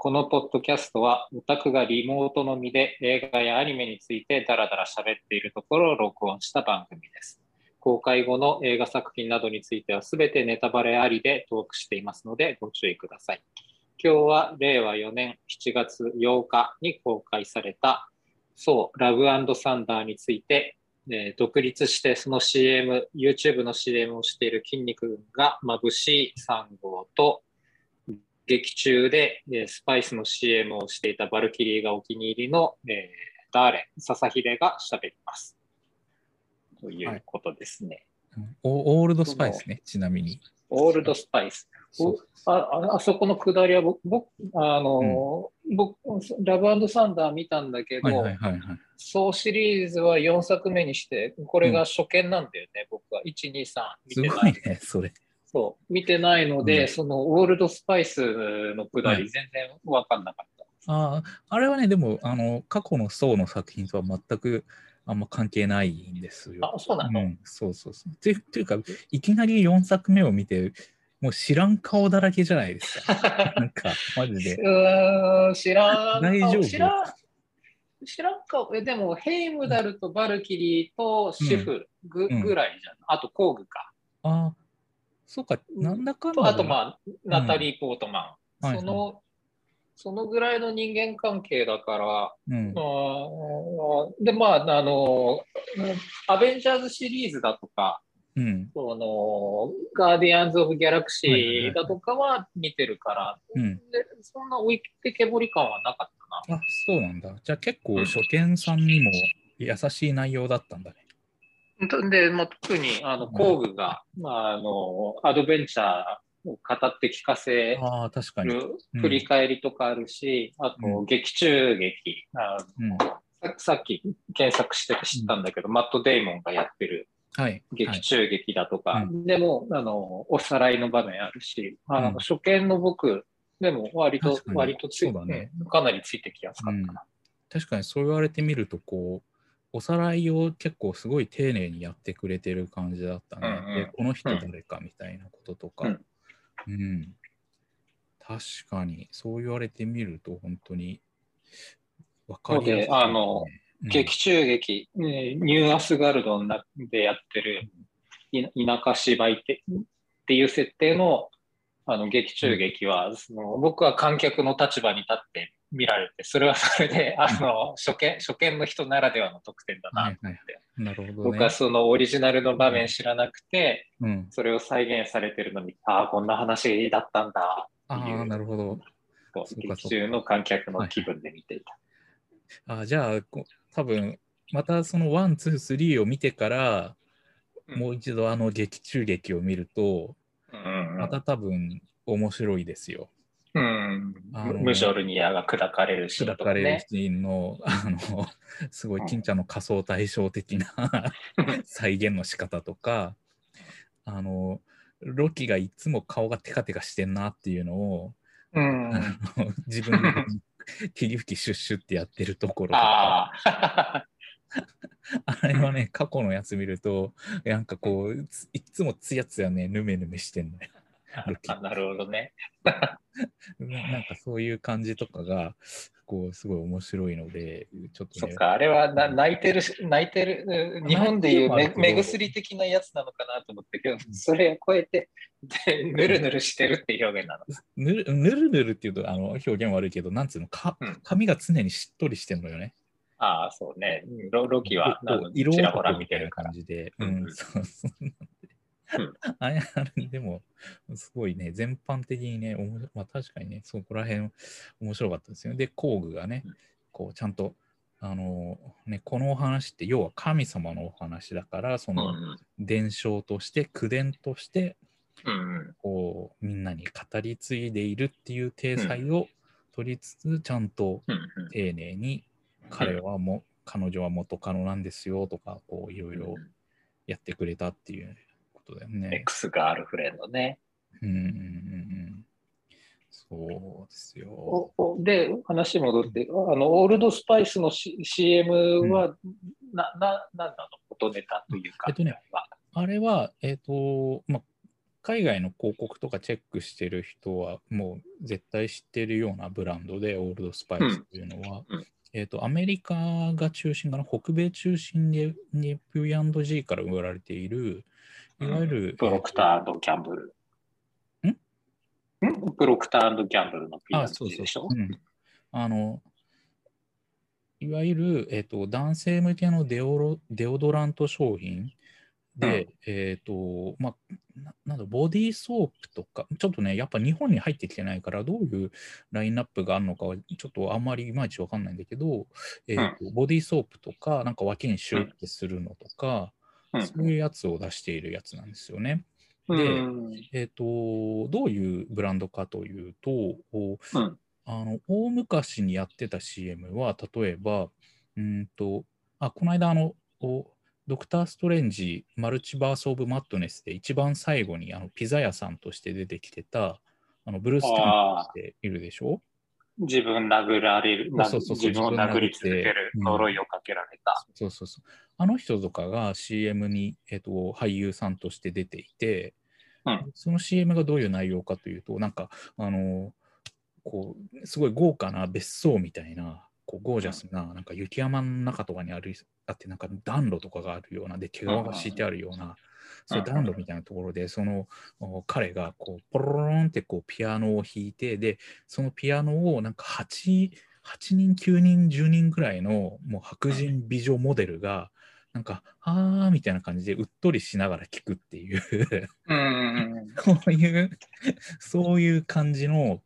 このポッドキャストは、オタクがリモートのみで映画やアニメについてダラダラ喋っているところを録音した番組です。公開後の映画作品などについてはすべてネタバレありでトークしていますのでご注意ください。今日は令和4年7月8日に公開されたラブ&サンダーについて、独立してその YouTube の CM をしている筋肉が眩しい3号と、劇中でスパイスの CM をしていたバルキリーがお気に入りの笹秀が喋ります。ということですね。 はい、オールドスパイスね、ちなみに。 オールドスパイス。あそこのくだりは僕、ラブ&サンダー見たんだけど、そうシリーズは4作目にして、これが初見なんだよね、僕は。1、2、3見てない。 すごいね、それ。 そう、見てないので、そのオールドスパイスのくだり、全然分かんなかった。 あれはね、でも、過去のソーの作品とは全くあんま関係ないんですよ。 あ、そうなの？ そう。というか、いきなり4作目を見て、もう知らん顔だらけじゃないですか。なんか、マジで。 知らん顔。 大丈夫？ 知らん顔。でも、ヘイムダルとバルキリーとシフぐらいじゃん。あと、工具か。 そうか、なんだかんだ。 あと、ナタリー・ポートマン。そのぐらいの人間関係だから、で、アベンジャーズシリーズだとか、ガーディアンズ・オブ・ギャラクシーだとかは見てるから、でそんな置いてけぼり感はなかったな。 そうなんだ。じゃあ結構初見さんにも優しい内容だったんだね。 で、特に工具が、アドベンチャーを語って聞かせる振り返りとかあるし、あと劇中劇、さっき検索して知ったんだけど、マット・デイモンがやってる劇中劇だとか、でもおさらいの場面あるし、初見の僕でも割とかなりついてきやすかったな。 確かにそう言われてみると、おさらいを結構すごい丁寧にやってくれてる感じだったね。で、この人誰かみたいなこととか。確かに、そう言われてみると本当に分かりやすい、 劇中劇、ニューアスガルドでやってる田舎芝居っていう設定の劇中劇は、僕は観客の立場に立って見られて、それはそれで初見の人ならではの特典だなと思って、 なるほどね、 僕はそのオリジナルの場面知らなくて、それを再現されてるのに、こんな話だったんだっていう、 なるほど、 劇中の観客の気分で見ていた。じゃあ多分またその1、2、3を見てから、もう一度劇中劇を見ると、また多分面白いですよ。 ムジョルニアが砕かれるシーンとかね。砕かれるシーンの、すごい金ちゃんの仮想対照的な再現の仕方とか、ロキがいつも顔がテカテカしてんなっていうのを、自分で霧吹きシュッシュってやってるところとか。あれはね、過去のやつ見ると、なんかいつもツヤツヤね、ヌメヌメしてんのよ。 なるほどね。 なんかそういう感じとかが、すごい面白いので、ちょっとね。 そっか、あれは泣いてる、日本でいう目薬的なやつなのかなと思ったけど、それを超えて、ぬるぬるしてるって表現なの。 ぬるぬるっていうと表現悪いけど、なんつうの、髪が常にしっとりしてるのよね。 そうね。ロキはちらほら見てるから。 感じで。あれでも、すごいね、全般的にね、確かにね、そこら辺面白かったですよね。で、工具がね、ちゃんと、このお話って、要は神様のお話だから、その伝承として、口伝として、みんなに語り継いでいるっていう体裁を取りつつ、ちゃんと丁寧に、彼女は元カノなんですよとか、いろいろやってくれたっていうことだよね。 X ガールフレンドね。 そうですよ。 で、話戻って、オールドスパイスの、CM は、なんなの？元ネタというか。 あれは、 海外の広告とかチェックしてる人はもう絶対知ってるようなブランドで、オールドスパイスというのは、アメリカが中心かな、北米中心で P&G から売られている、いわゆる、 プロクターギャンブル。プロクターギャンブルの P&G でしょ。 いわゆる、男性向けのデオドラント商品で、なんだボディーソープとか、ちょっとね、やっぱ日本に入ってきてないから、どういうラインナップがあるのかは、ちょっとあんまりいまいちわかんないんだけど、ボディーソープとか、なんか脇にシュッてするのとか、そういうやつを出しているやつなんですよね。で、どういうブランドかというと、大昔にやってた CM は、例えば、この間ドクター・ストレンジ・マルチバース・オブ・マッドネスで一番最後にピザ屋さんとして出てきてたブルース・キャンプっているでしょ。 自分殴られる、自分を殴り続ける呪いをかけられた。 あの人とかが CM に、俳優さんとして出ていて、その CM がどういう内容かというと、なんかこうすごい豪華な別荘みたいな、こうゴージャスな、なんか雪山の中とかにあって、なんか暖炉とかがあるような、で、毛皮が敷いてあるような、そういう暖炉みたいなところで、その彼がこうポロロンってこうピアノを弾いて、で、そのピアノをなんか8人、9人、10人ぐらいのもう白人美女モデルが、なんか、あーみたいな感じでうっとりしながら聴くっていうそういう感じの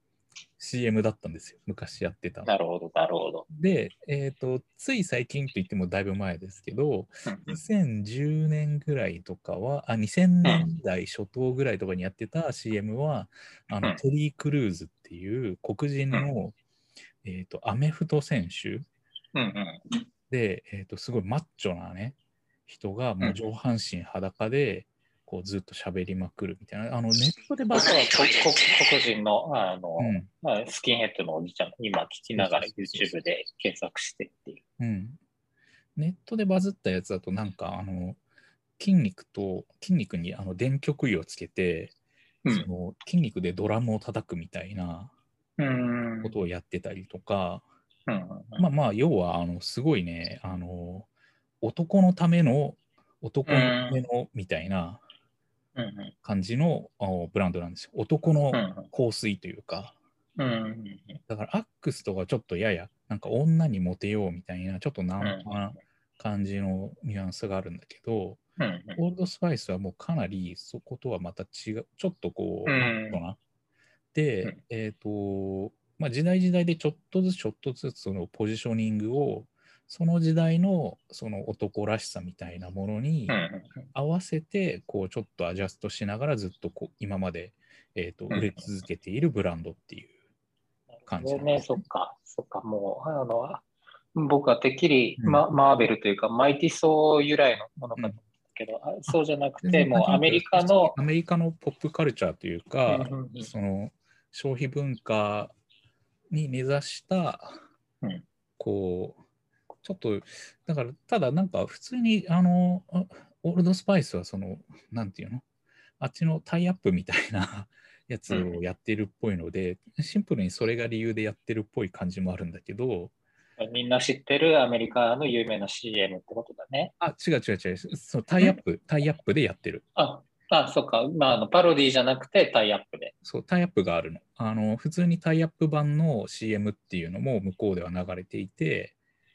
CM だったんですよ、昔やってた。 なるほど、なるほど。 で、つい最近といってもだいぶ前ですけど、2010年ぐらいとかは、2000年代初頭ぐらいとかにやってた CM は、テリー・クルーズっていう黒人の、アメフト選手で、すごいマッチョなね、人がもう上半身裸で、こうずっと喋りまくるみたいな、ネットで黒人の、スキンヘッドのおじちゃん、今聞きながら YouTube で検索してっていう。 ネットでバズったやつだと、なんか筋肉に電極位をつけて、その筋肉でドラムを叩くみたいなことをやってたりとか、要はすごいね、男のためのみたいな感じのブランドなんですよ。男の香水というか。だからアックスとかちょっとややなんか女にモテようみたいなちょっとナンパな感じのニュアンスがあるんだけど、オールドスパイスはもうかなりそことはまた違う、ちょっとこう、マットな。で、時代時代でちょっとずつそのポジショニングをその時代のその男らしさみたいなものに合わせてこうちょっとアジャストしながらずっとこう今まで、売れ続けているブランドっていう感じなんです、 そっか、もう僕はてっきり、マーベルというかマイティソー由来のものかと思ったけど、そうじゃなくてもうアメリカのポップカルチャーというか、その消費文化に根ざした、こうちょっとだからただなんか普通にオールドスパイスはそのなんていうのあっちのタイアップみたいなやつをやってるっぽいので、シンプルにそれが理由でやってるっぽい感じもあるんだけど、 みんな知ってるアメリカの有名な CM ってことだね。 違う。そのタイアップでやってる。 そっか。パロディじゃなくてタイアップで。 そう、タイアップがあるの。普通にタイアップ版の CM っていうのも向こうでは流れていて、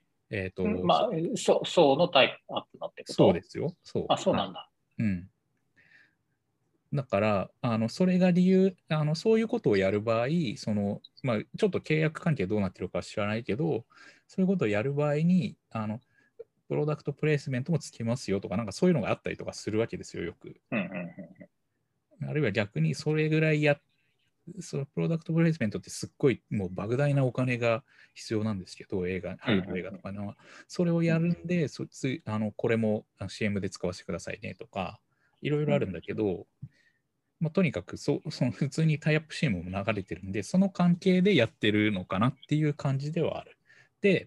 そうのタイプアップのってこと？ そうですよ。そう。 そうなんだ。 だから、それが理由、そういうことをやる場合、ちょっと契約関係どうなってるか知らないけど、そういうことをやる場合に、プロダクトプレイスメントもつきますよとか、なんかそういうのがあったりとかするわけですよ、よく。あるいは逆にそれぐらいそのプロダクトプレイスメントってすっごいもう莫大なお金が必要なんですけど、ハリウッド映画とかの、それをやるんで、これも CM で使わせてくださいねとか、いろいろあるんだけど、とにかくその普通にタイアップ CM も流れてるんで、その関係でやってるのかなっていう感じではある。で、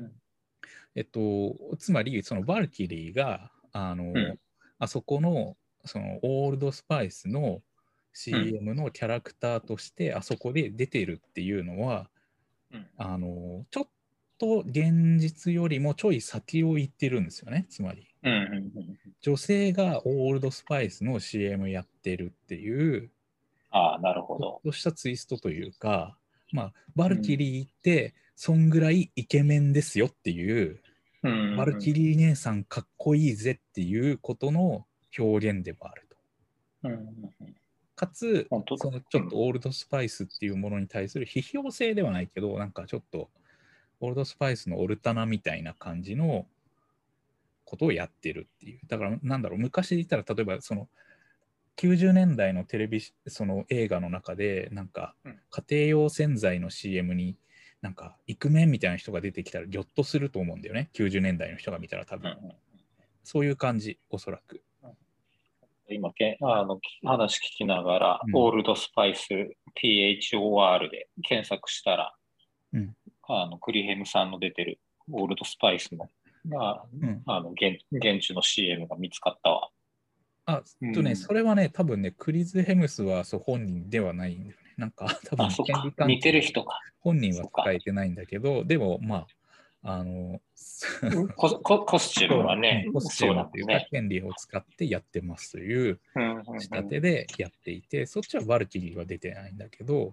つまりそのバルキリーがあそこのそのオールドスパイスの CM のキャラクターとしてあそこで出てるっていうのは、ちょっと現実よりもちょい先を行ってるんですよね。つまり、女性がオールドスパイスの CM やってるっていう、 なるほど。 ちょっとしたツイストというか、まあ、バルキリーってそんぐらいイケメンですよっていう、バルキリー姉さんかっこいいぜっていうことの表現でもあると。かつ、そのちょっとオールドスパイスっていうものに対する批評性ではないけど、なんかちょっとオールドスパイスのオルタナみたいな感じのことをやってるっていう。だからなんだろう、昔で言ったら例えばその90年代のテレビその映画の中でなんか家庭用洗剤の CM になんかイクメンみたいな人が出てきたらギョッとすると思うんだよね。90年代の人が見たら多分、そういう感じ、おそらく。 今話聞きながら、オールドスパイス THOR で検索したら、クリヘムさんの出てるオールドスパイスの現地の CM が見つかったわ。 それはね、多分ね、クリズ・ヘムスは本人ではないんだよね。なんか、多分権利関係似てる人か。 本人は使えてないんだけど、でも、まあ、 コスチュームはね、 コスチュームというか、権利を使ってやってますという仕立てでやっていて、そっちはバルキリーは出てないんだけど、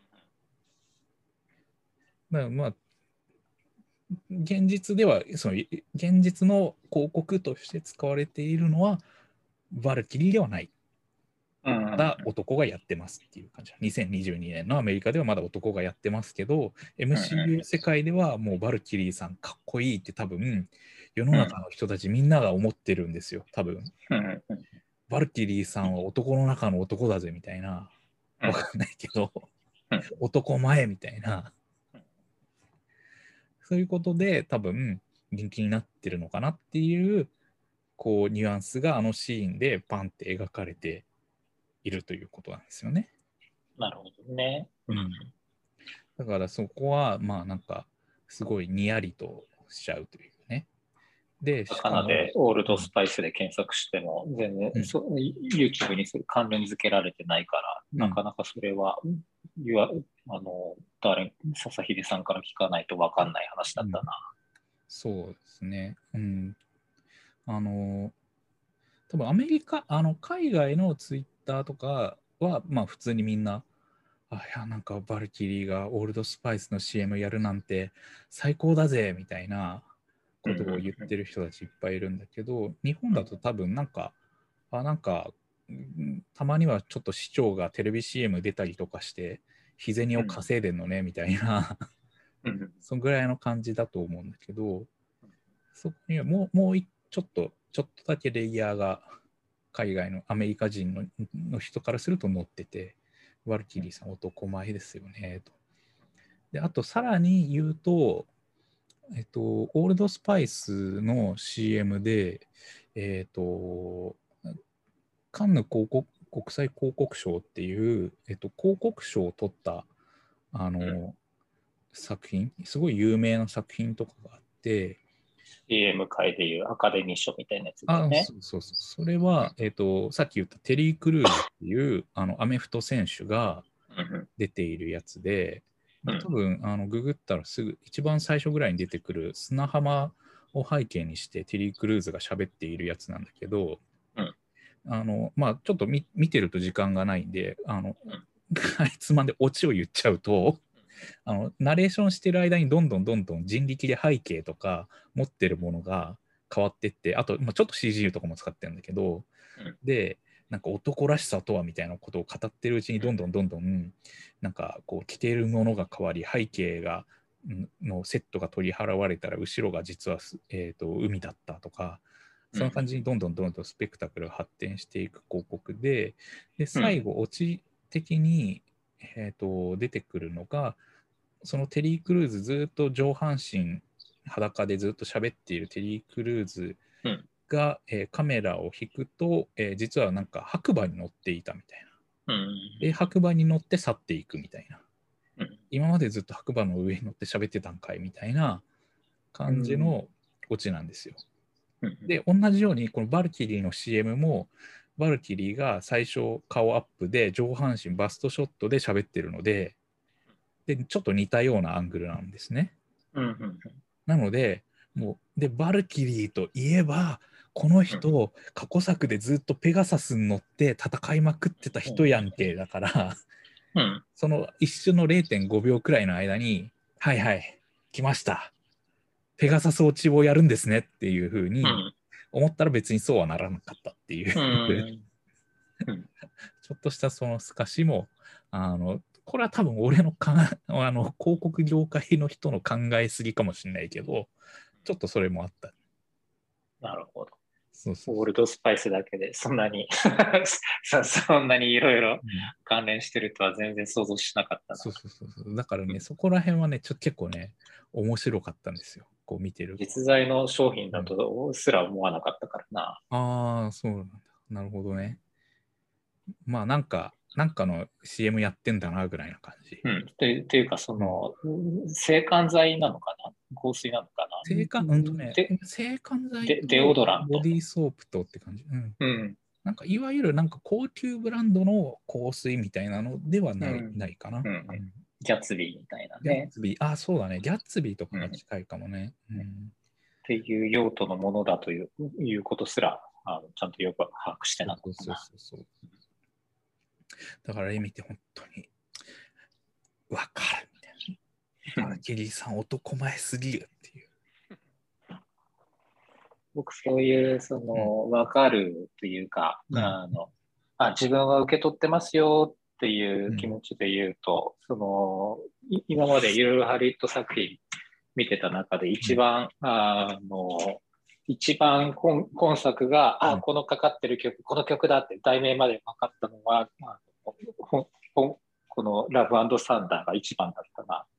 まあ、現実では、その現実の広告として使われているのは、バルキリーではない。まだ男がやってますっていう感じ。2022年のアメリカではまだ男がやってますけど、MCU 世界ではもうバルキリーさんかっこいいって多分、世の中の人たちみんなが思ってるんですよ、多分。バルキリーさんは男の中の男だぜみたいな、わかんないけど、男前みたいな、そういうことで多分人気になってるのかなっていう、こうニュアンスがあのシーンでパンって描かれているということなんですよね。 なるほどね。 だからそこはまあなんかすごいにやりとしちゃうというね。 で、しかもでオールドスパイスで検索しても全然、YouTube に関連付けられてないから、なかなかそれは佐々秀さんから聞かないと分かんない話だったな。 そうですね。多分アメリカ、海外のツイッターとかは、まあ普通にみんな、いや、なんかバルキリーがオールドスパイスの CM やるなんて最高だぜみたいなことを言ってる人たちいっぱいいるんだけど、日本だと多分なんか、たまにはちょっと市長がテレビ CM 出たりとかして、日銭を稼いでんのねみたいな、そのぐらいの感じだと思うんだけど、そこにはもうちょっとだけレイヤーが海外のアメリカ人の人からすると乗ってて、ワルキリーさん男前ですよねと。で、あとさらに言うと、オールドスパイスの CM で、カンヌ国際広告賞っていう、広告賞を取った作品、すごい有名な作品とかがあって、 CM 界でいうアカデミー賞みたいなやつだよね。 そう。それは、さっき言ったテリー・クルーズっていうアメフト選手が出ているやつで、多分ググったらすぐ一番最初ぐらいに出てくる砂浜を背景にしてテリー・クルーズが喋っているやつなんだけど、まあちょっと見てると時間がないんであいつまでオチを言っちゃうとナレーションしてる間にどんどん人力で背景とか持ってるものが変わってって、あと、ちょっと CG とかも使ってるんだけど、でなんか男らしさとはみたいなことを語ってるうちにどんどんなんかこう着ているものが変わり、背景がのセットが取り払われたら後ろが実は、海だったとか、そんな感じにどんどんスペクタクルが発展していく広告で、最後オチ的に、出てくるのがそのテリー・クルーズ、ずっと上半身裸でずっと喋っているテリー・クルーズが、カメラを引くと、実はなんか白馬に乗っていたみたいな。で、白馬に乗って去っていくみたいな。今までずっと白馬の上に乗って喋ってたんかいみたいな感じのオチなんですよ。で、同じようにこのバルキリーの CM もバルキリーが最初顔アップで上半身バストショットで喋ってるので、ちょっと似たようなアングルなんですね。なので、バルキリーといえば、この人、過去作でずっとペガサスに乗って戦いまくってた人やんけだから、その一瞬の 0.5 秒くらいの間に、はいはい、来ました。ペガサス落ちをやるんですねっていうふうに思ったら別にそうはならなかったっていうちょっとしたその透かしも、これは多分俺の広告業界の人の考えすぎかもしれないけど、ちょっとそれもあった。 なるほど。 そうそうそう、 オールドスパイスだけでそんなにそんなにいろいろ関連してるとは全然想像しなかったな。 そうだからね、そこら辺はね、結構ね、面白かったんですよ。こう見てる。 実在の商品だとすら思わなかったからな。 ああ、そうなんだ。なるほどね。まあなんかの CM やってんだなぐらいな感じ。 っていうか、その、制汗剤なのかな、香水なのかな、 制汗剤とデオドラント、 ボディーソープとって感じ。なんかいわゆるなんか高級ブランドの香水みたいなのではないかな。 ギャッツビーみたいなね。 ギャッツビー、そうだね。ギャッツビーとかが近いかもね。 っていう用途のものだということすらちゃんとよく把握してなかったな。 そうだから見て本当に分かるみたいな。バルキリーさん男前すぎるっていう。 僕そういうその分かるというか、自分は受け取ってますよっていう気持ちで言うと、その今までいろいろハリウッド作品見てた中で一番、今作が、このかかってる曲、この曲だって題名まで分かったのは、このラブ&サンダーが一番だったな。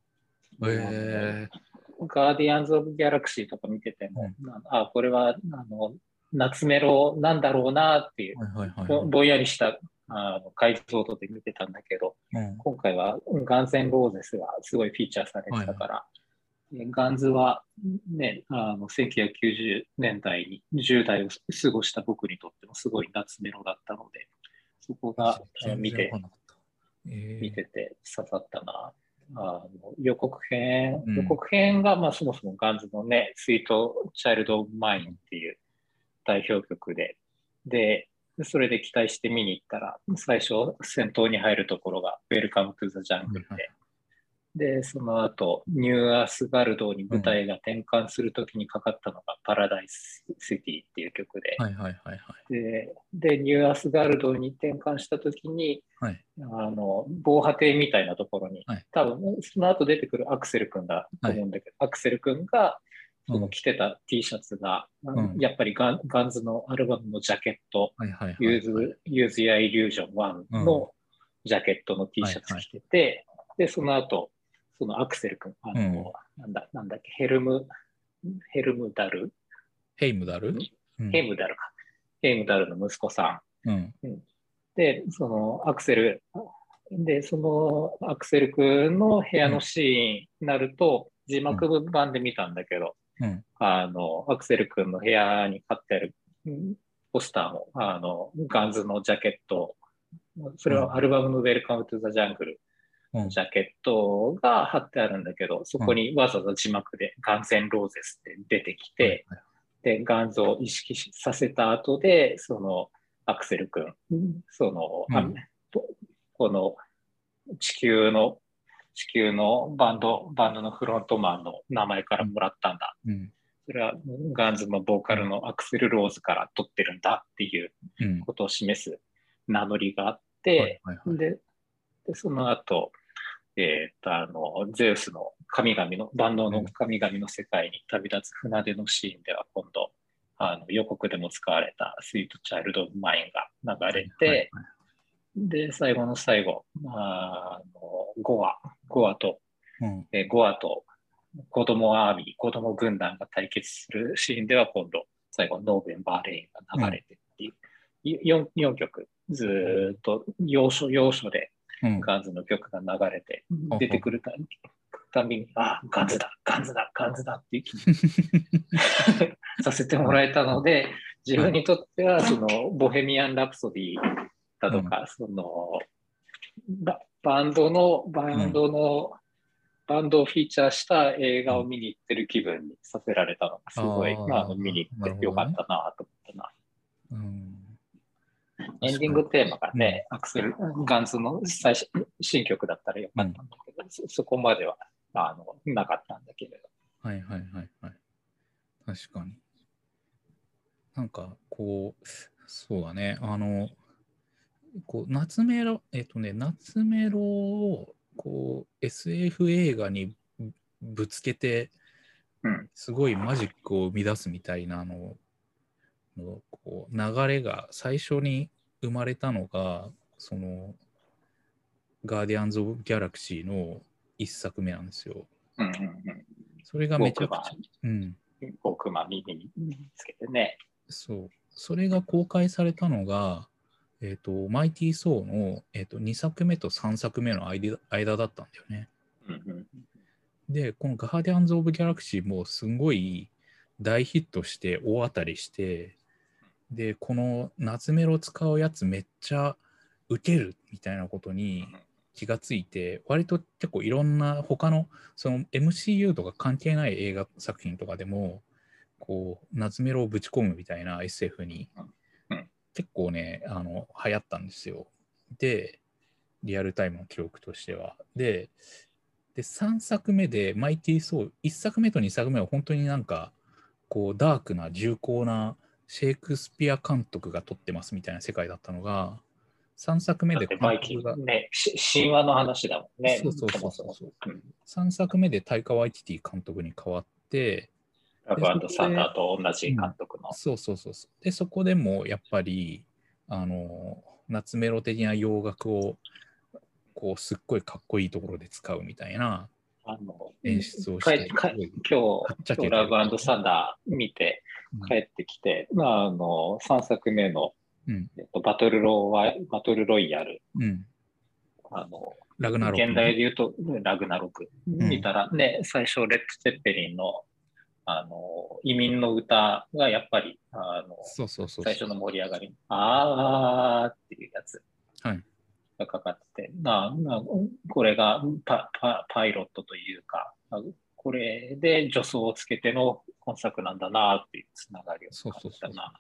ガーディアンズ・オブ・ギャラクシーとか見てても、これは夏メロなんだろうなっていう、ぼんやりした解像度で見てたんだけど、今回はガンズ・エン・ローゼスがすごいフィーチャーされてたから、ガンズはね、1990年代に10代を過ごした僕にとってもすごい夏メロだったので、そこが見てて刺さったな。予告編が、そもそもガンズのね、スイート・チャイルド・オブ・マインっていう代表曲で、それで期待して見に行ったら、最初戦闘に入るところがウェルカム・トゥ・ザ・ジャングルで、その後、ニューアスガルドに舞台が転換するときにかかったのがパラダイス・シティっていう曲で、で、ニューアスガルドに転換したときに、防波堤みたいなところに、多分その後出てくるアクセル君だと思うんだけど、アクセル君がその着てた T シャツが、やっぱりガンズのアルバムのジャケット、Use Your Illusion 1のジャケットの T シャツ着てて、で、その後、そのアクセル君、なんだっけ、ヘムダルヘイムダルの息子さん。で、そのアクセル君の部屋のシーンになると、字幕版で見たんだけど、アクセル君の部屋に貼ってあるポスターも、ガンズのジャケット、それはアルバムの Welcome to the Jungleジャケットが貼ってあるんだけど、そこにわざわざ字幕でガンズ・エン・ローゼスって出てきて、で、ガンズを意識させた後で、そのアクセル君、この地球のバンドのフロントマンの名前からもらったんだ。それはガンズのボーカルのアクセル・ローズから取ってるんだっていうことを示す名乗りがあって、で、その後、ゼウスの万能の神々の世界に旅立つ船出のシーンでは今度、予告でも使われたスイート・チャイルド・オブ・マインが流れて、で、最後の最後、ゴアと子供軍団が対決するシーンでは今度、最後、ノーベンバー・レインが流れてっていう、4曲、ずっと要所で、ガンズの曲が流れて、出てくるたびに、ガンズだっていう気にさせてもらえたので、 自分にとっては、その、ボヘミアン・ラプソディだうんとか、その、バンドをフィーチャーした映画を見に行ってる気分にさせられたのが、すごい、見に行ってよかったなと思ったな。 うん、 エンディングテーマがね、 うん、 アクセル・ガンズの新曲だったらよかったんだけど、そこまではなかったんだけれど。 はいはいはいはい。確かに。なんかこう、そうだね、こう夏メロ、夏メロをこう SF 映画にぶつけて、すごいマジックを生み出すみたいなのこう流れが最初に生まれたのが、そのガーディアンズ・オブ・ギャラクシーの一作目なんですよ。それがめちゃくちゃ、 ウォークマン耳につけてね。 そう。それが公開されたのが、マイティー・ソーの、2作目と3作目の間だったんだよね。で、このガーディアンズ・オブ・ギャラクシーもすごい大ヒットして大当たりして、で、この夏メロ使うやつめっちゃウケるみたいなことに気がついて、割と結構いろんな他のその MCU とか関係ない映画作品とかでも、こう夏メロをぶち込むみたいな SF に結構ね、流行ったんですよ。で、リアルタイムの記録としては。で、3作目でマイティー・ソー、1作目と2作目は本当になんか、こう、ダークな重厚なシェイクスピア監督が撮ってますみたいな世界だったのが、3作目で監督が、 ね、神話の話だもんね。 そう3作目でタイカ・ワイティティ監督に変わって、 ラブ&サンダーと同じ監督の。 で、そこでもやっぱり、夏メロ的な洋楽を、こう、すっごいかっこいいところで使うみたいな演出をして、 今日ラブ&サンダー見て帰ってきて、3作目の、バトルロイヤル、 ラグナロク、 現代で言うとラグナロク見たらね、最初レッド・ツェッペリンの移民の歌がやっぱり最初の盛り上がり、あーっていうやつがかかってて、これがパイロットというか、これで助走をつけての今作なんだなっていうつながりを感じたな。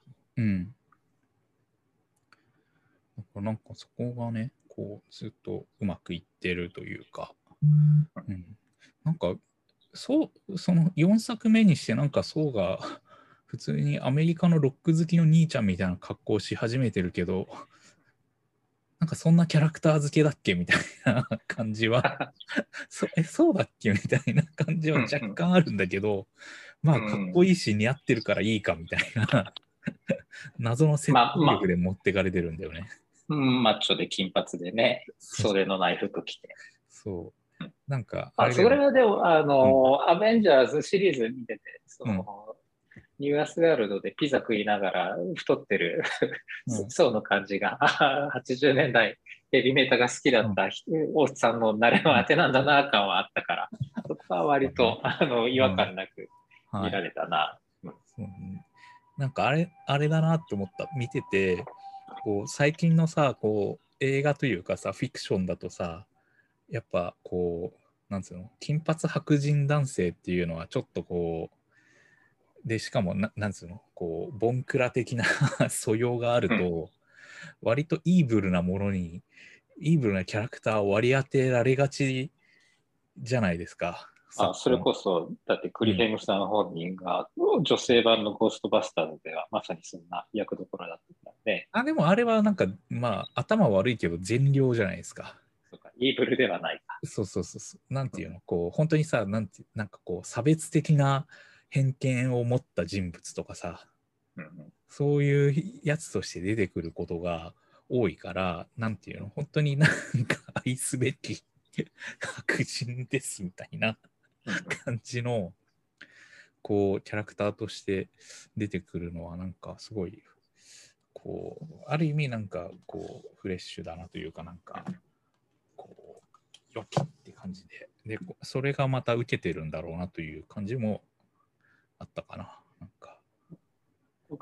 なんかそこがね、こうずっとうまくいってるというか、なんかその4作目にしてなんかそうが普通にアメリカのロック好きの兄ちゃんみたいな格好をし始めてるけど、なんかそんなキャラクター付けだっけみたいな感じはそうだっけみたいな感じは若干あるんだけど、まあかっこいいし似合ってるからいいかみたいな謎の説得力で持ってかれてるんだよね。 マッチョで金髪でね、袖のない服着て。 そう。なんかそれはでも、アベンジャーズシリーズ見てて、ニューアスガールドでピザ食いながら太ってる層の感じが、80年代ヘビメタが好きだったおっさんの慣れの当てなんだな感はあったから、そこは割と違和感なく見られたな。 なんかあれだなって思った。見てて、こう最近のさ、こう映画というかさ、フィクションだとさ、やっぱこう、なんつうの、金髪白人男性っていうのはちょっとこう、で、しかもなんつうの、こう、ボンクラ的な素養があると、割とイーブルなものに、イーブルなキャラクターを割り当てられがちじゃないですか。 それこそ、だってクリヘムさん本人が、女性版のゴーストバスターズではまさにそんな役どころだったんで。 でもあれはなんか、まあ、頭悪いけど善良じゃないですか。 イーブルではないか。 なんていうの、こう、本当にさ、なんかこう、差別的な偏見を持った人物とかさ、そういうやつとして出てくることが多いから、なんていうの、本当になんか愛すべき白人ですみたいな感じの、こう、キャラクターとして出てくるのは、なんかすごい、こう、ある意味なんか、こう、フレッシュだなというかなんか、こう、良きって感じで、で、それがまた受けてるんだろうなという感じもあったかな。なんか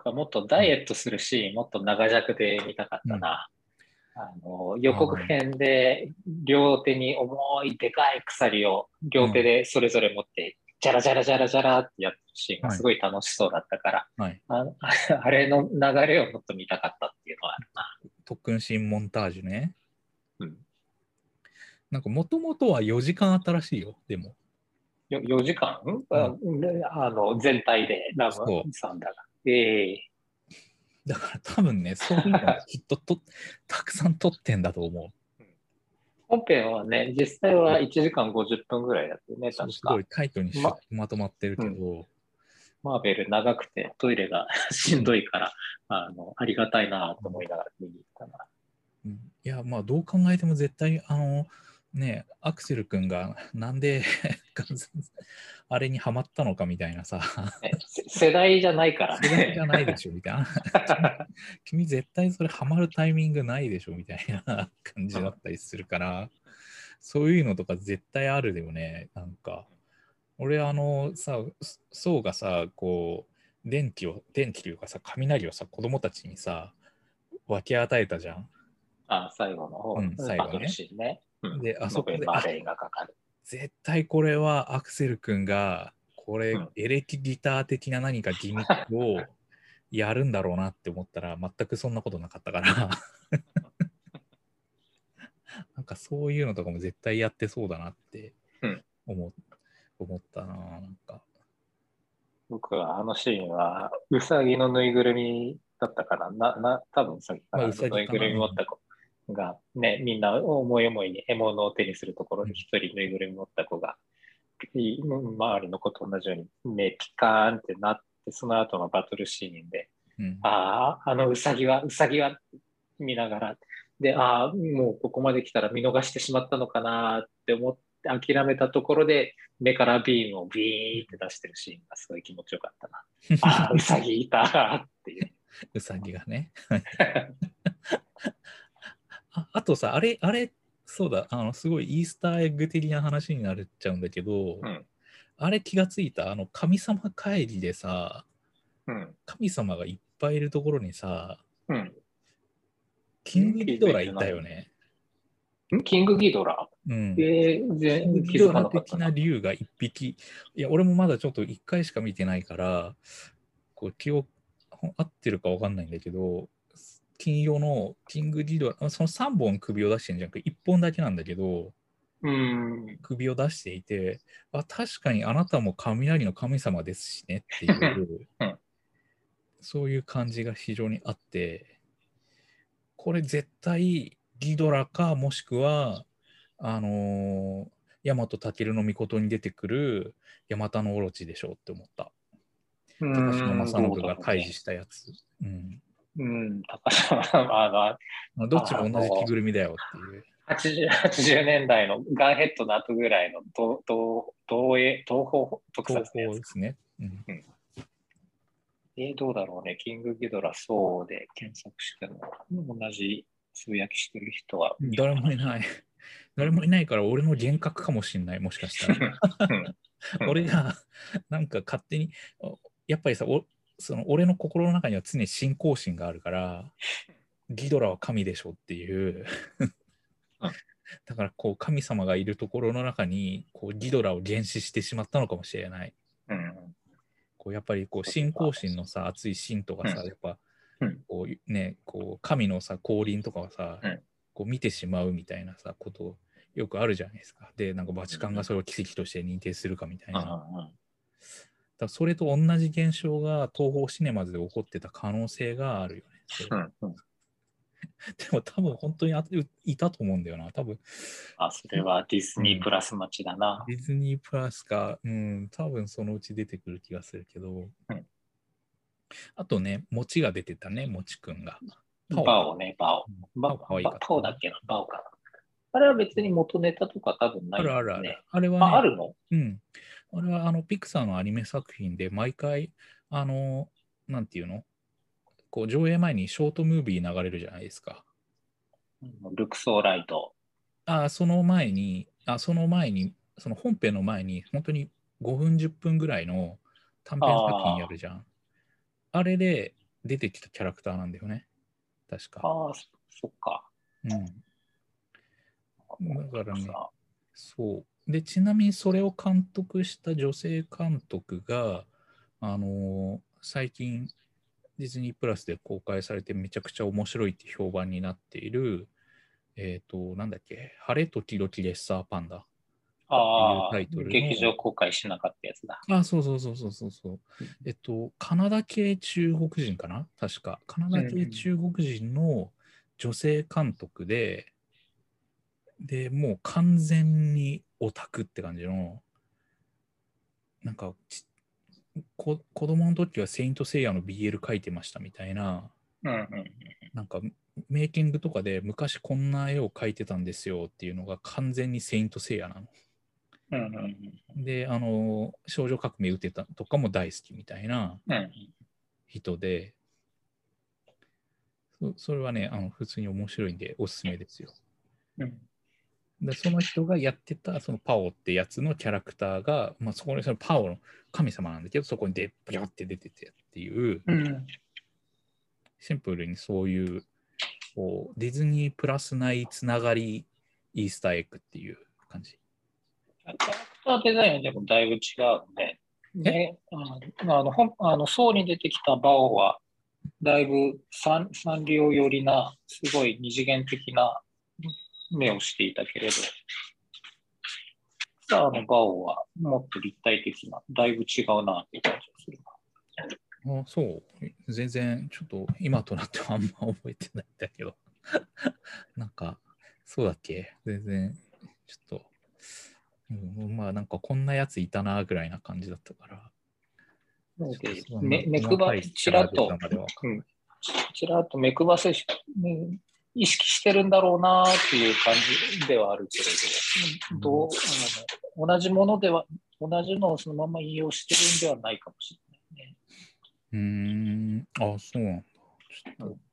僕はもっとダイエットするシーン、もっと長尺で見たかったな。予告編で両手に重いでかい鎖を両手でそれぞれ持って、ジャラジャラジャラジャラってやってるシーンがすごい楽しそうだったから、 はい、 あれの流れをもっと見たかったっていうのはあるな。 特訓シーンモンタージュね。 うん、 なんかもともとは4時間あったらしいよ、でも。 4時間、 うん、 全体でラムそう。 さんだが。ええだから多分ね、そういうのをきっとたくさん撮ってんだと思う。 本編はね、実際は1時間50分ぐらいだったよね、 そう、 確か。 すごいタイトにまとまってるうん、 けど、 マーベル長くてトイレがしんどいから、ありがたいなと思いながら見に行ったな。 うん、いや、まあ、どう考えても絶対、ね、アクセル君がなんであれにはまったのかみたいなさ、 世代じゃないから世代じね。 ゃないでしょみたいな君絶対それハマるタイミングないでしょみたいな感じだったりするから、そういうのとか絶対あるよね。なんか、俺さ、そうがさ、こう、電気というかさ、雷をさ、子供たちにさ、分け与えたじゃん。 最後の方、 うん、最バトル後ね。 シーンね。 で、あそこで、 ノベンバーレインがかかる。 絶対これはアクセル君が、これ、 うん、 エレキギター的な何かギミックをやるんだろうなって思ったら、全くそんなことなかったからなんかそういうのとかも絶対やってそうだなってうん、 思ったな、なんか。 僕はあのシーンは、ウサギのぬいぐるみだったから、多分ウサギかまあ、うな、ぬいぐさぎかな。うん。 るみ持った子が、ね、みんな思い思いに獲物を手にするところで、一人ぬいぐるみ持った子が、周りの子と同じように目ピカーンってなって、その後のバトルシーンで、 うん。 ウサギは見ながら、で、もうここまで来たら見逃してしまったのかなって思って諦めたところで、目からビームをビーって出してるシーンがすごい気持ちよかったな。ウサギいたっていう。 うさぎがね。あとさ、あれ、そうだ、すごいイースターエッグ的な話になっちゃうんだけど、 うん、 あれ気がついた神様会議でさ、 うん、 神様がいっぱいいるところにさ、 うん。 キング気ギドラいづいてない。 たよね。 キングギドラうん。キングギ気づかドラ的なかったな。 な竜が一匹、いや、俺もまだちょっと一回しか見てないから、こう記憶合ってるかわかんないんだけど、金曜のキングギドラ、その3本首を出してるんじゃなくて、1本だけなんだけど、 うん。 首を出していて、確かにあなたも雷の神様ですしねっていう、 うん。 そういう感じが非常にあって、これ絶対ギドラか、もしくは、大和武の御に出てくるヤマタノオロチでしょうって思った。高島正どう信がだろうね。 退治したやつ。うん。 うん、高島さんは、 どっちも同じ着ぐるみだよっていう。 80年代のガンヘッドの後ぐらいの東方特東撮のやつか。 宝ですね。うん。 うん。どうだろうね。キングギドラそうで検索しても、同じつぶやきしてる人は見当誰たらない。 もいない。 うん。 誰もいないから俺の幻覚かもしんない、もしかしたら。 うん。うん。 俺がなんか勝手に、やっぱりさ、その俺の心の中には常に信仰心があるから、ギドラは神でしょっていううん。 だからこう神様がいるところの中にこうギドラを原始してしまったのかもしれない。 うん。 こうやっぱりこうそれは、 信仰心のさ熱い信徒がさ、 うん。 やっぱうん。 こうね、こう神のさ降臨とかはさ、 うん。 こう見てしまうみたいなさことよくあるじゃないですか。で、なんかバチカンがそれを奇跡として認定するかみたいうん。 な。だかうん。 らそれと同じ現象が東宝シネマズで起こってた可能性があるよね。それは。 うん。うん。 でも多分本当にいたと思うんだよな。多分それはディズうん、 ニープラス待ちだな。 ディズニープラスか、うん、多分そのうち出てくる気がするけど、 うん。 あとね、もちが出てたね、もちくんが。パオか。 バオね、バオ。 うん、パオかわいかったな。 パオだっけな、バオかな。あれは別に元ネタとか多分ないあるあるある。 もんね。 あれはね、 あるの？ うん。あれはピクサーのアニメ作品で毎回、あの、なんていうのこう上映前にショートムービー流れるじゃないですか。 ルクソーライト。 その前に、その本編の前に、本当に5分、10分ぐらいの短編作品やああ、 るじゃん。あれで、 出てきたキャラクターなんだよね。確か。 ああ、そっか。 うん。だからね、そう。で、ちなみにそれを監督した女性監督が、最近、ディズニープラスで公開されてめちゃくちゃ面白いって評判になっている、なんだっけ、晴れ時々レッサーパンダっていうああ、 タイトルの、 劇場公開しなかったやつだ。 あ、そうそうそうそうそうそう。カナダ系中国人かな確か。カナダ系中国人の女性監督で、もう完全にオタクって感じの、なんか子供の時はセイントセイヤの BL 書いてましたみたいな、 うんうん。 なんかメイキングとかで昔こんな絵を描いてたんですよっていうのが完全にセイントセイヤなの。 うんうんで、少女革命打てたとかも大好きみたいなうん。 人で、それはね、普通に面白いんでおすすめですよ。でその人がやってたそのパオってやつのキャラクターが、まあ、そこにそのパオの神様なんだけど、そこにブヨって出ててっていう、シンプルにそういうこうディズニープラス内つながりイースターエッグっていう感じ。 キャラクターデザインでもだいぶ違うね。ね、層に出てきたバオは、だいぶサンリオ寄りな、すごい二次元的な目をしていたけれど、スターのバオはもっと立体的な、だいぶ違うなっていう感じがするあ、そう。全然ちょっと今となってはあんま覚えてないんだけど。なんか、そうだっけ全然、ちょっと、まあなんかこんなやついたなぐらいな感じだったから。 目配ちらっと、ちらっと目配せし、意識してるんだろうなっていう感じではあるけれど、同じものでは、同じのをそのまま引用してるんではないかもしれないね。 あ、そうなんだ。ちょっと。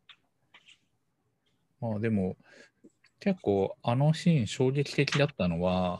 まあでも、結構あのシーン衝撃的だったのは、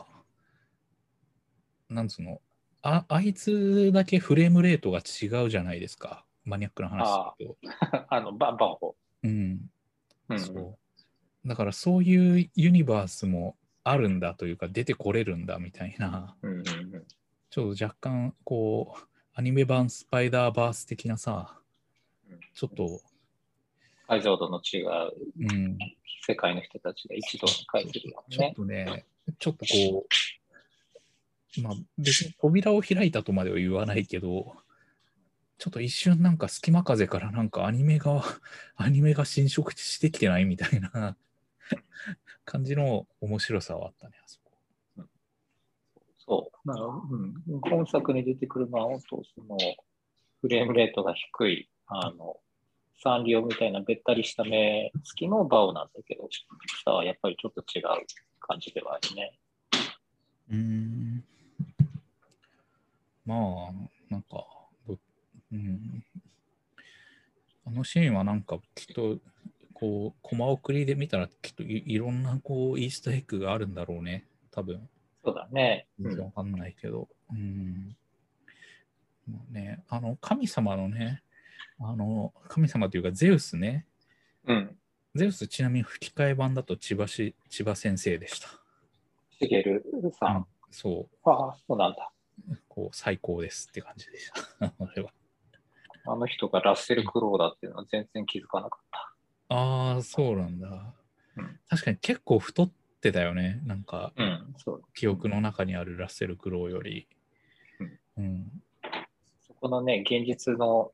なんつうの、あいつだけフレームレートが違うじゃないですか。マニアックな話だけど。 バンホ。 そう。だからそういうユニバースもあるんだというか、出てこれるんだみたいな、ちょっと若干、こう、アニメ版スパイダーバース的なさ、ちょっと、 解像度の違う、世界の人たちが一度に書いてるよね。 ちょっとね、ちょっとこう、まあ別に扉を開いたとまでは言わないけど、ちょっと一瞬なんか隙間風からなんかアニメが侵食してきてないみたいな感じの面白さはあったね、あそこ。 そう。本作に出てくるのは、本当その、フレームレートが低い、サンリオみたいなべったりした目つきのバオなんだけど、下はやっぱりちょっと違う感じではあるね。 まあ、なんか、あのシーンはなんかきっと、こう、コマ送りで見たらきっといろんなこう、イースターエッグがあるんだろうね、多分。 そうだね。 全然わかんないけど。もうね、神様のね、神様というかゼウスね。ゼウスちなみに吹き替え版だと千葉先生でした。 しげるさん。 そう。 ああ、そうなんだ。 こう最高ですって感じでした。 あの人がラッセル・クロウだっていうのは全然気づかなかった。 ああ、そうなんだ。確かに結構太ってたよね。なんか、記憶の中にあるラッセル・クロウより。 そこのね、現実の、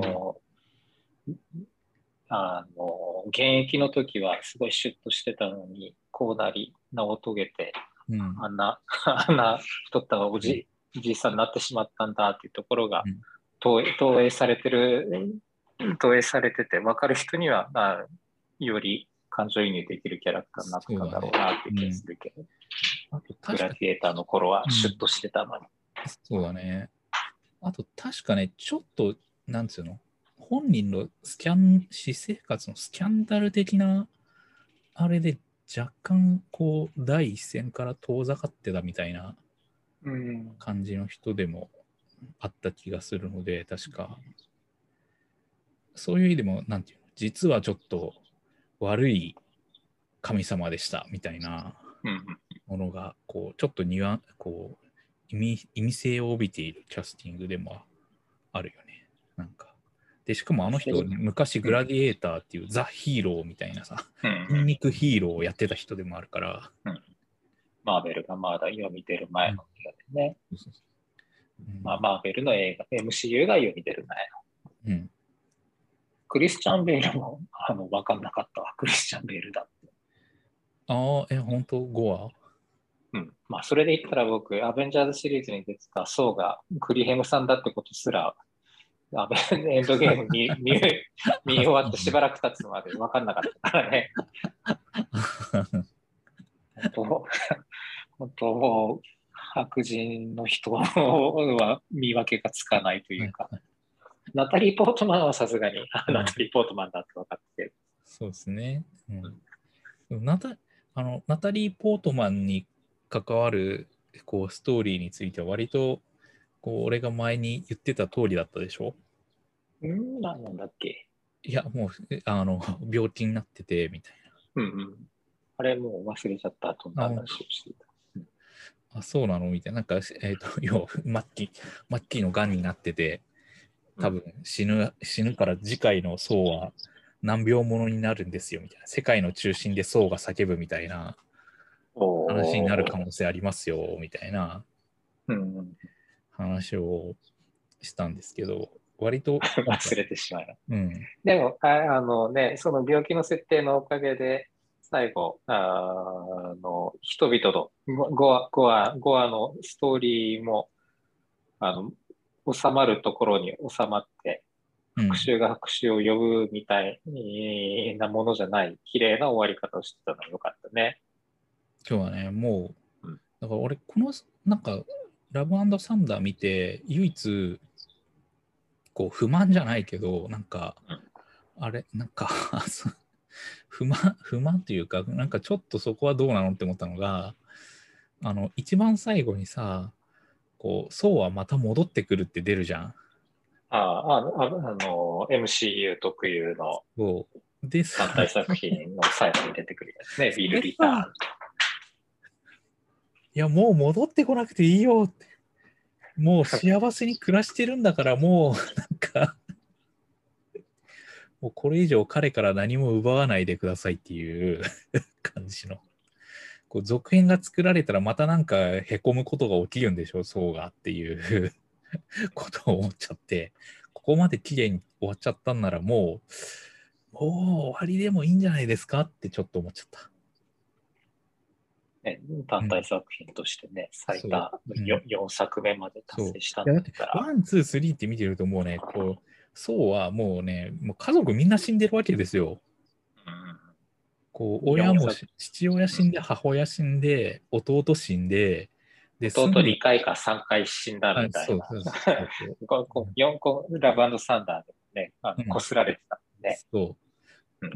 現役の時はすごいシュッとしてたのに、こうなり、名を遂げて、あんな太ったじいさんになってしまったんだっていうところが、投影されてて、分かる人には、より感情移入できるキャラクターになったんだろうなって気がするけど、グラディエーターの頃はシュッとしてたのに。 そうだね。あと、確かね、ちょっと、なんつうの、本人の私生活のスキャンダル的な、あれで若干、こう、第一線から遠ざかってたみたいな感じの人でもあった気がするので、確か、 そういう意味でも、なんていうの、実はちょっと悪い神様でしたみたいなものが、こう、ちょっとこう意味性を帯びているキャスティングでもあるよね。なんか。で、しかもあの人、昔グラディエーターっていうザ・ヒーローみたいなさ、筋肉ヒーローをやってた人でもあるから。 マーベルがまだ世に出る前の映画でね。マーベルの映画、MCU が世に出る前の。クリスチャン・ベールも分かんなかったわ。クリスチャン・ベールだって。 ああ、本当5話まあ、それで言ったら僕、アベンジャーズシリーズに出てたソーがクリヘムさんだってことすら、エンドゲーム見終わってしばらく経つまで分かんなかったからね。本当もう、白人の人は見分けがつかないというか、ナタリー・ポートマンはさすがに、ナタリー・ポートマンだって分かってる。 そうですね。ナタリー・ポートマンに関わるこうストーリーについては割とこう俺が前に言ってた通りだったでしょ。 何なんだっけ。 いや、もう病気になっててみたいな。あれもう忘れちゃったと話をしていた。 そうなのみたいな。なんか、要は末期のがんになってて、多分死ぬから次回の層は何秒ものになるんですよみたいな。世界の中心で層が叫ぶみたいな話になる可能性ありますよみたいな話をしたんですけど、割と忘れてしまう。 でもその病気の設定のおかげで最後人々の5話のストーリーも収まるところに収まって復讐が復讐を呼ぶみたいなものじゃない綺麗な終わり方をしてたのがよかったね。 今日はね、もう、だから俺、この、なんか、ラブ&サンダー見て、唯一、こう、不満じゃないけど、なんか、あれ、なんか不満というか、なんかちょっとそこはどうなのって思ったのが、一番最後にさ、こう、ソウはまた戻ってくるって出るじゃん。 MCU 特有の団体作品の最後に出てくるやつね、ビル・リターン。 いや、もう戻ってこなくていいよって。もう幸せに暮らしてるんだから、もう、なんかもうこれ以上彼から何も奪わないでくださいっていう感じの。こう続編が作られたらまたなんかへこむことが起きるんでしょう、そうがっていうことを思っちゃって、ここまで綺麗に終わっちゃったんならもう終わりでもいいんじゃないですかってちょっと思っちゃった。 団体作品としてね、最多 4作目まで達成したんだったら。 1、2、3って見てるともうね、こう、そうはもうね、もう家族みんな死んでるわけですよ。こう親も父親死んで、母親死んで、弟死んで、 弟2回か3回死んだみたいな。4個ラブ&サンダーでね、こすられてたんで。 そう。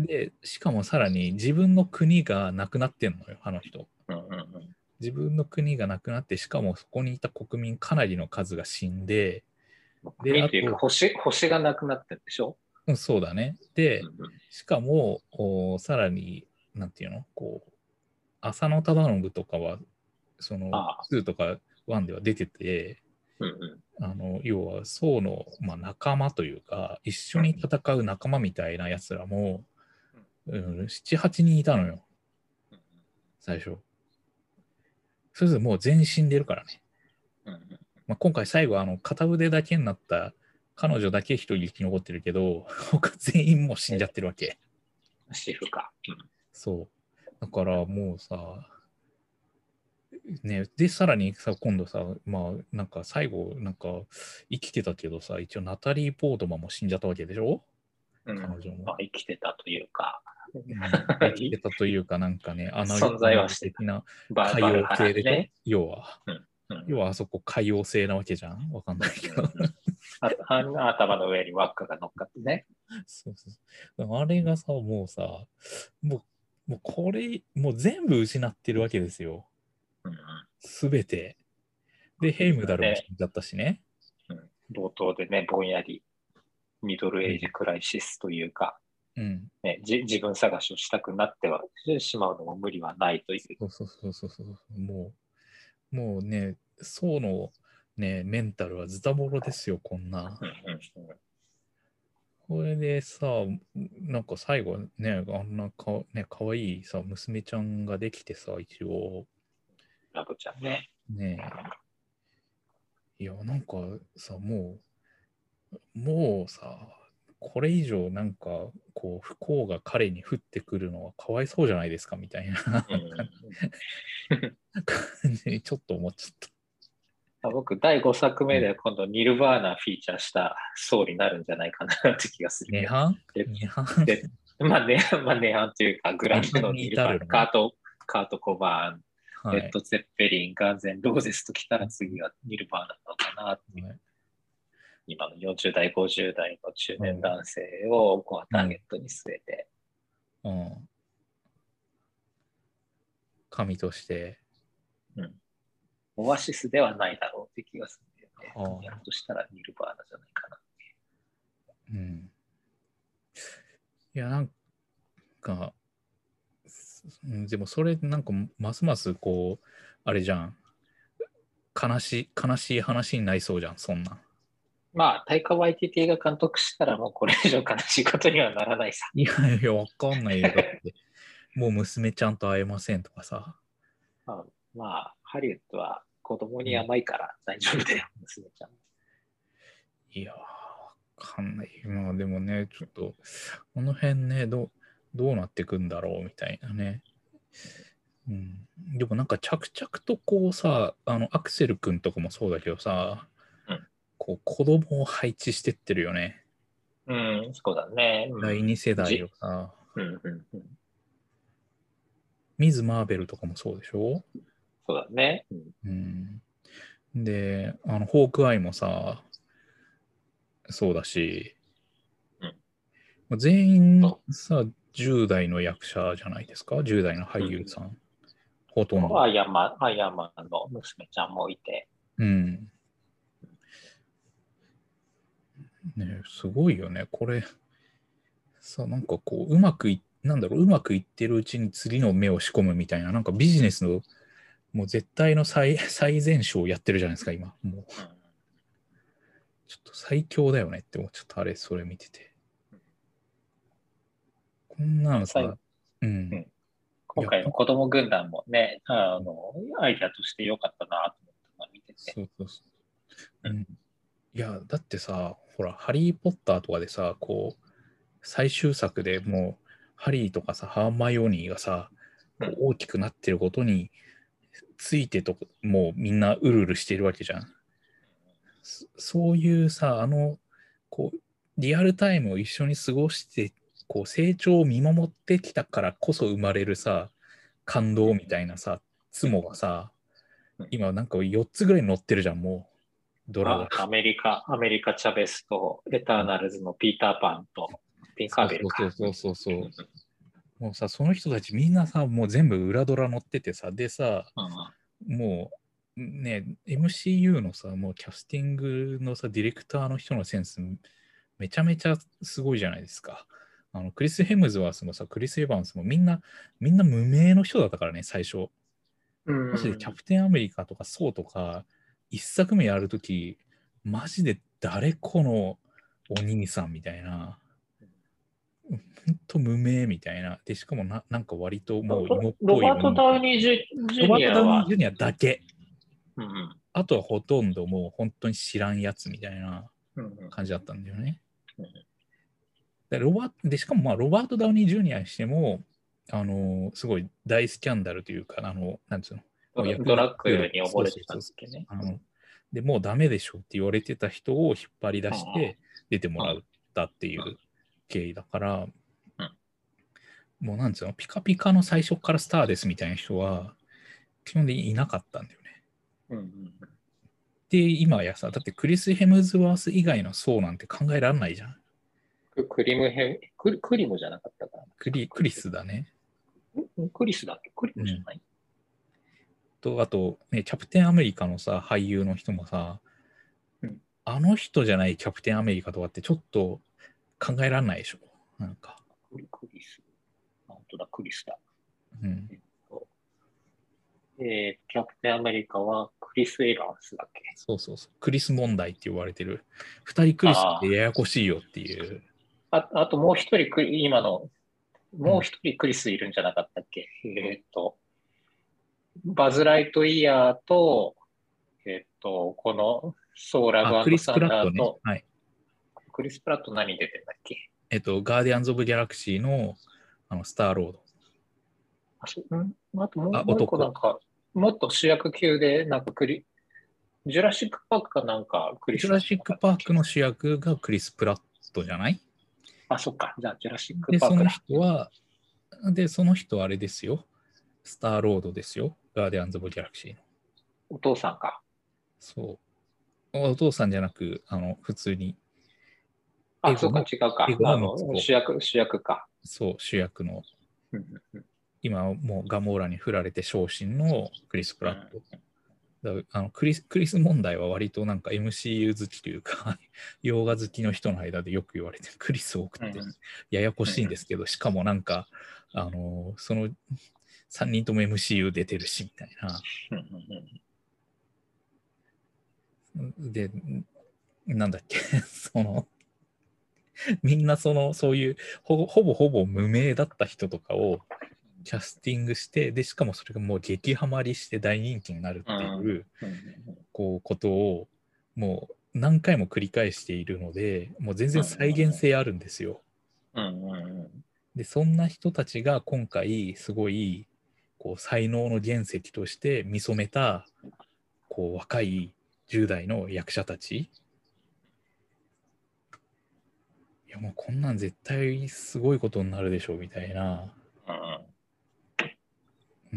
で、しかもさらに自分の国がなくなってんのよ、あの人。自分の国がなくなって、しかもそこにいた国民かなりの数が死んで、 で、あと星がなくなってるでしょ。 そうだね。で、しかも、さらに、なんていうのこう、浅野忠信とかは、その、2とか1では出てて、要は、宋の、仲間というか、一緒に戦う仲間みたいなやつらも、7、8人いたのよ。最初。それぞれもう全員死んでるからね。今回最後、片腕だけになった彼女だけ一人生き残ってるけど、他全員もう死んじゃってるわけ。 シフか。 そう。だからもうさ、ね、で、さらにさ、今度さ、なんか最後、なんか生きてたけどさ、一応ナタリー・ポートマンも死んじゃったわけでしょ、彼女も。 生きてたというか。 生きてたというか、なんかね、 存在はして的な海洋性でしょ、要は。要はあそこ海洋性なわけじゃん、わかんないけど。 頭の上に輪っかが乗っかってね。 そうそうそう。あれがさ、もうさ、もうこれ、もう全部失ってるわけですよ。すべて。で、ヘイムダルも死んじゃったしね。 冒頭でね、ぼんやりミドルエイジクライシスというか、 うんね、自分探しをしたくなってはしまうのも無理はないという。 そう。もうね、層のね、メンタルはズタボロですよ、こんな。これでさ、なんか最後ね、あんなかわいいさ、娘ちゃんができてさ、一応。 ラブちゃんね。 ねえ。いや、なんかさ、もうさ、これ以上なんか、こう、不幸が彼に降ってくるのはかわいそうじゃないですか、みたいな感じにちょっと思っちゃった。 僕、第5作目で今度ニルバーナフィーチャーした層になるんじゃないかなって気がするけど。 涅槃で、涅槃というか、グランデのニルバーナ、カート・コバーン、 はい。 レッド・ゼッペリン、ガンゼン・ローゼスときたら次はニルバーナなのかなっていう、 はい、 今の40代、50代の中年男性をこうターゲットに据えて、 うん。神として。 うん、オアシスではないだろうって気がするんだよね。やるとしたらニルバーナじゃないかな。 うん。いや、なんか、でもそれなんかますますこう、あれじゃん。悲しい話になりそうじゃん、そんな。 まあ、タイカ・ワイティティが監督したらもうこれ以上悲しいことにはならないさ。 いやいや、わかんないよ。だって、もう娘ちゃんと会えませんとかさ。 まあ、ハリウッドは子供に甘いから大丈夫だよ、娘ちゃん。 いや、わかんない。まあでもね、ちょっと、この辺ね、どうなっていくんだろうみたいなね。うん、でもなんか着々とこうさ、アクセル君とかもそうだけどさ、 うん、 こう子供を配置してってるよね。 うん、そうだね。 第二世代をさ、ミズ・マーベルとかもそうでしょ。 そうだね。 うん。で、ホークアイもさ、そうだし、全員さ、10代の役者じゃないですか、10代の俳優さん、ほとんど。 アイアンマンの娘ちゃんもいて。 うん。ね、すごいよね。これ、さ、なんかこう、うまくいってるうちに次の目を仕込むみたいな、なんかビジネスのもう絶対の最善手をやってるじゃないですか、今。もう、ちょっと最強だよねって思っちゃった、あれ、それ見てて。こんなのさ、うん。 今回の子供軍団もね、アイデアとして良かったなと思ったの見てて。 そう。うん。いや、だってさ、ほら、ハリー・ポッターとかでさ、こう、最終作でもう、ハリーとかさ、ハーマイオニーがさ、こう大きくなってることについてと、もうみんなうるうるしてるわけじゃん。そういうさ、こう、リアルタイムを一緒に過ごして、こう、成長を見守ってきたからこそ生まれるさ、感動みたいなさ、ツモがさ、今なんか4つぐらい乗ってるじゃん、もう、ドラが。 アメリカ・チャベスと、エターナルズのピーター・パンと、ピンカーベルか。 そう。もうさ、その人たちみんなさ、もう全部裏ドラ乗っててさ、でさ、もうね、MCU のさ、もうキャスティングのさ、ディレクターの人のセンス、めちゃめちゃすごいじゃないですか。クリス・ヘムズワースもさ、クリス・エヴァンスもみんな無名の人だったからね、最初。マジでキャプテンアメリカとかソーとか、一作目やるとき、マジで誰このお兄さんみたいな。ほんと無名みたいな。で、しかもなんか割ともう芋っぽいロバート・ダウニー・ジュロバート・ダウニー・ニアは、 ジュニアだけ。あとはほとんどもう本当に知らんやつみたいな感じだったんだよね。でしかもまあロバート・ダウニー・ジュニアにしても、すごい大スキャンダルというか、なんつうの、もうドラッグに溺れてたんですけどね。 でもうダメでしょって言われてた人を引っ張り出して出てもらったっていう経緯だから、もうなんつうの、ピカピカの最初からスターですみたいな人は基本的にいなかったんだよね。で、今やさ、だってクリス・ヘムズワース以外の層なんて考えられないじゃん。 クリムじゃなかったかな。 クリスだね。 クリスだっけクリムじゃない、 あと、ね、キャプテンアメリカのさ、俳優の人もさ、 あの人じゃないキャプテンアメリカとかってちょっと考えられないでしょ。なんか。 クリス。本当だ、クリスだ。 うん。 キャプテンアメリカはクリス・エヴァンスだっけ？ そうそうそう。クリス問題って言われてる。二人クリスってややこしいよっていう。 あともう一人今の、もううん一人クリスいるんじゃなかったっけ？バズ・ライトイヤーと、このソーラあ、クリス・ブサンプラットね。 ダーと、 はい。 クリス・プラット何出てんだっけ？ ガーディアンズ・オブ・ギャラクシーの、スター・ロード。 あとあ、 もう一個な男。 んか、もっと主役級で、なんかジュラシック・パークかなんかクリスじゃジュラシック・なかったっけ？ パークの主役がクリス・プラットじゃない？ あ、そっか。じゃあ、ジュラシック・で、そのパークだ。 人は、その人はあれですよ。スター・ロードですよ。ガーディアンズ・オブ・ギャラクシーの。 お父さんか。 そう。お父さんじゃなく、普通に、エあ、そうか、 ゴの、 違うか。 エゴの息子。 主役か。 そう、主役の、 うんうん今もうガモーラに振られて昇進のクリス・プうんラット。クリス問題は割となんか MCU 好きというか洋画好きの人の間でよく言われてクリス多くてややこしいんですけど、しかもなんかその3人とも MCU 出てるしみたいな。で、なんだっけみんなそういうほぼ無名だった人とかをキャスティングして、でしかもそれがもう激ハマりして大人気になるっていう、ことをもう何回も繰り返しているので、もう全然再現性あるんですよ。で、そんな人たちが今回すごい才能の原石として見初めた若い10代の役者たち。いやもうこんなん絶対すごいことになるでしょうみたいな。うん。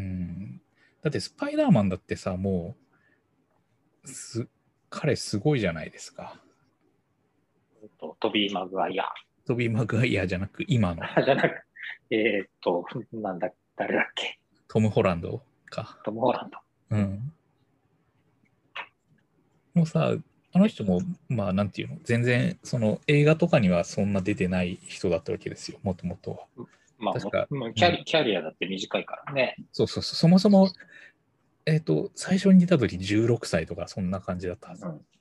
だってスパイダーマンだってさ、もう彼すごいじゃないですか。 トビー・マグワイア。 トビー・マグワイアじゃなく今のじゃなく、なんだ、誰だっけ？ トム・ホランドか。 トム・ホランド。 うん。もうさ、あの人も、まあ、なんていうの、全然、映画とかにはそんな出てない人だったわけですよ、もともとは。 まあ、 確か、 キャリアだって短いからね。 そうそうそう、そもそも、最初に出た時16歳とか、そんな感じだったはず。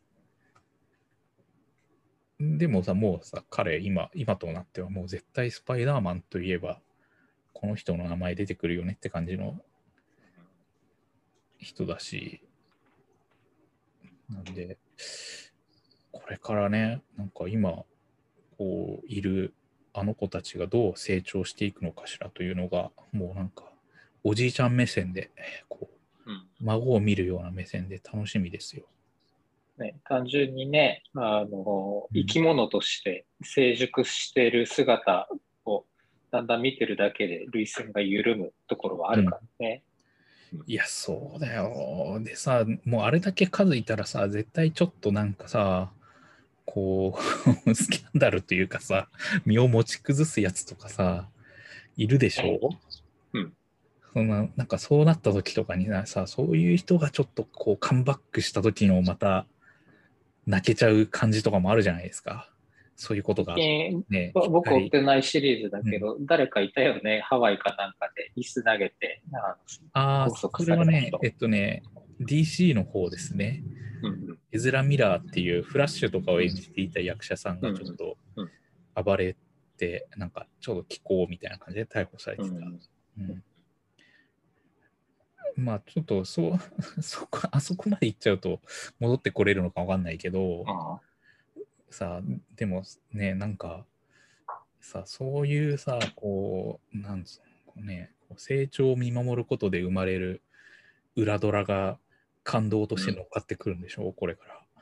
でもさ、もうさ、彼、今となっては、もう絶対スパイダーマンといえば、この人の名前出てくるよねって感じの人だし、なんで、これからね、なんか今、いるあの子たちがどう成長していくのかしらというのが、もうなんか、おじいちゃん目線で、孫を見るような目線で楽しみですよ。 ね、単純にね、生き物として成熟している姿をだんだん見てるだけで涙腺が緩むところはあるからね。 いや、そうだよ。でさ、もうあれだけ数いたらさ、絶対ちょっとなんかさ、スキャンダルというかさ、身を持ち崩すやつとかさ、いるでしょ？なんかそうなった時とかにさ、そういう人がちょっとカムバックした時のまた泣けちゃう感じとかもあるじゃないですか。そういうことがね。 僕追ってないシリーズだけど、誰かいたよね。ハワイかなんかで椅子投げて、拘束それされた人。 はね、DC の方ですね。エズラ・ミラーっていうフラッシュとかを演じていた役者さんがちょっと暴れて、なんかちょうど気候みたいな感じで逮捕されてた。まあちょっとあそこまで行っちゃうと戻ってこれるのかわかんないけど、さ、でもね、なんかさ、そういうさ、なんつうのね、成長を見守ることで生まれる裏ドラが感動として乗っかってくるんでしょう、これから。